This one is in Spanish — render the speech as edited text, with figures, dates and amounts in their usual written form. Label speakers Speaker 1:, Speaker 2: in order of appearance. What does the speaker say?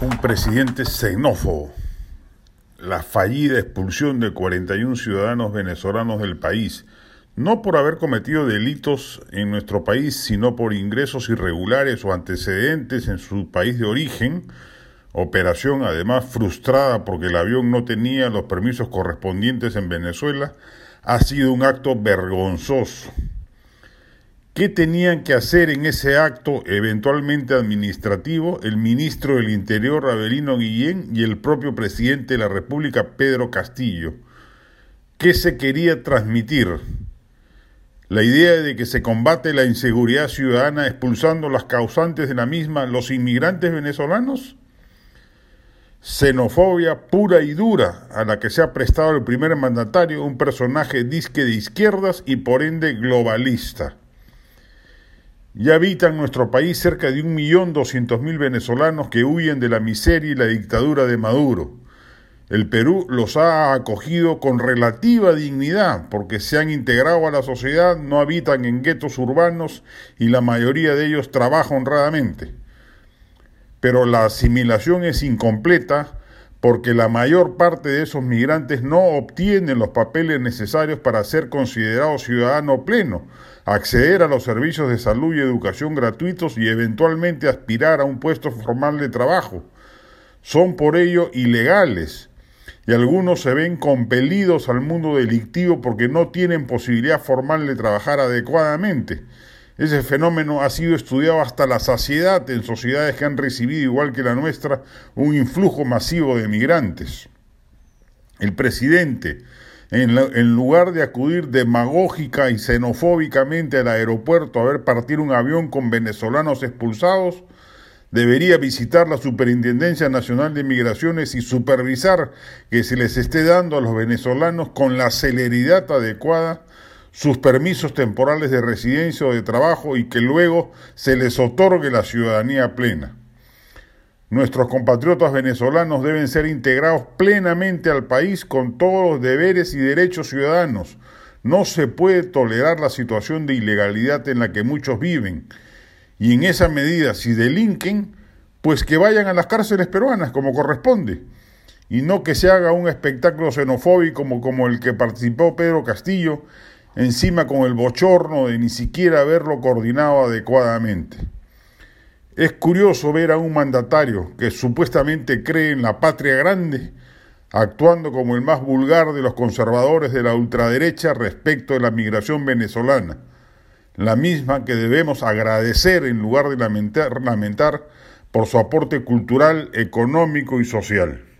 Speaker 1: Un presidente xenófobo, la fallida expulsión de 41 ciudadanos venezolanos del país, no por haber cometido delitos en nuestro país, sino por ingresos irregulares o antecedentes en su país de origen, operación además frustrada porque el avión no tenía los permisos correspondientes en Venezuela, ha sido un acto vergonzoso. ¿Qué tenían que hacer en ese acto eventualmente administrativo el ministro del Interior, Avelino Guillén, y el propio presidente de la República, Pedro Castillo? ¿Qué se quería transmitir? La idea de que se combate la inseguridad ciudadana expulsando las causantes de la misma, los inmigrantes venezolanos. Xenofobia pura y dura a la que se ha prestado el primer mandatario, un personaje disque de izquierdas y por ende globalista. Ya habitan en nuestro país cerca de 1.200.000 venezolanos que huyen de la miseria y la dictadura de Maduro. El Perú los ha acogido con relativa dignidad porque se han integrado a la sociedad, no habitan en guetos urbanos y la mayoría de ellos trabaja honradamente. Pero la asimilación es incompleta porque la mayor parte de esos migrantes no obtienen los papeles necesarios para ser considerados ciudadano pleno, acceder a los servicios de salud y educación gratuitos y eventualmente aspirar a un puesto formal de trabajo. Son por ello ilegales y algunos se ven compelidos al mundo delictivo porque no tienen posibilidad formal de trabajar adecuadamente. Ese fenómeno ha sido estudiado hasta la saciedad en sociedades que han recibido, igual que la nuestra, un influjo masivo de migrantes. El presidente, en lugar de acudir demagógica y xenofóbicamente al aeropuerto a ver partir un avión con venezolanos expulsados, debería visitar la Superintendencia Nacional de Migraciones y supervisar que se les esté dando a los venezolanos con la celeridad adecuada sus permisos temporales de residencia o de trabajo y que luego se les otorgue la ciudadanía plena. Nuestros compatriotas venezolanos deben ser integrados plenamente al país con todos los deberes y derechos ciudadanos. No se puede tolerar la situación de ilegalidad en la que muchos viven. Y en esa medida, si delinquen, pues que vayan a las cárceles peruanas como corresponde. Y no que se haga un espectáculo xenofóbico como el que participó Pedro Castillo, encima con el bochorno de ni siquiera haberlo coordinado adecuadamente. Es curioso ver a un mandatario que supuestamente cree en la patria grande, actuando como el más vulgar de los conservadores de la ultraderecha respecto de la migración venezolana, la misma que debemos agradecer en lugar de lamentar por su aporte cultural, económico y social.